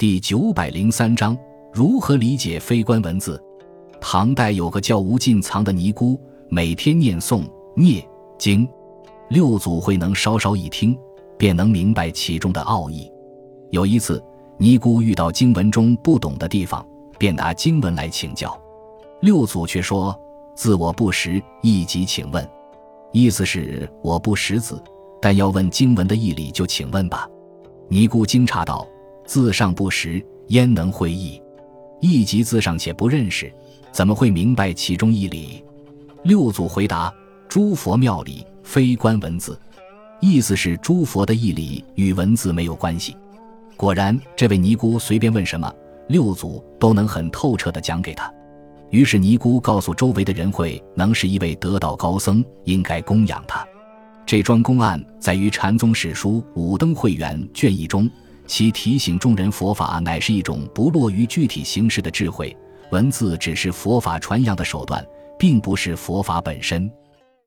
第903章如何理解非观文字。唐代有个叫吴进藏的尼姑，每天念诵聂经，六祖会能稍稍一听，便能明白其中的奥义。有一次，尼姑遇到经文中不懂的地方，便拿经文来请教，六祖却说：自我不识，亦即请问。意思是我不识字，但要问经文的义理就请问吧。尼姑惊诧道：字上不识，焉能会意？亦即字上且不认识，怎么会明白其中义理？六祖回答：诸佛妙理，非观文字。意思是诸佛的义理与文字没有关系。果然，这位尼姑随便问什么，六祖都能很透彻地讲给他。于是尼姑告诉周围的人会能是一位得道高僧，应该供养他。这桩公案在于禅宗史书《五灯会元》卷1中，其提醒众人佛法乃是一种不落于具体形式的智慧，文字只是佛法传扬的手段，并不是佛法本身。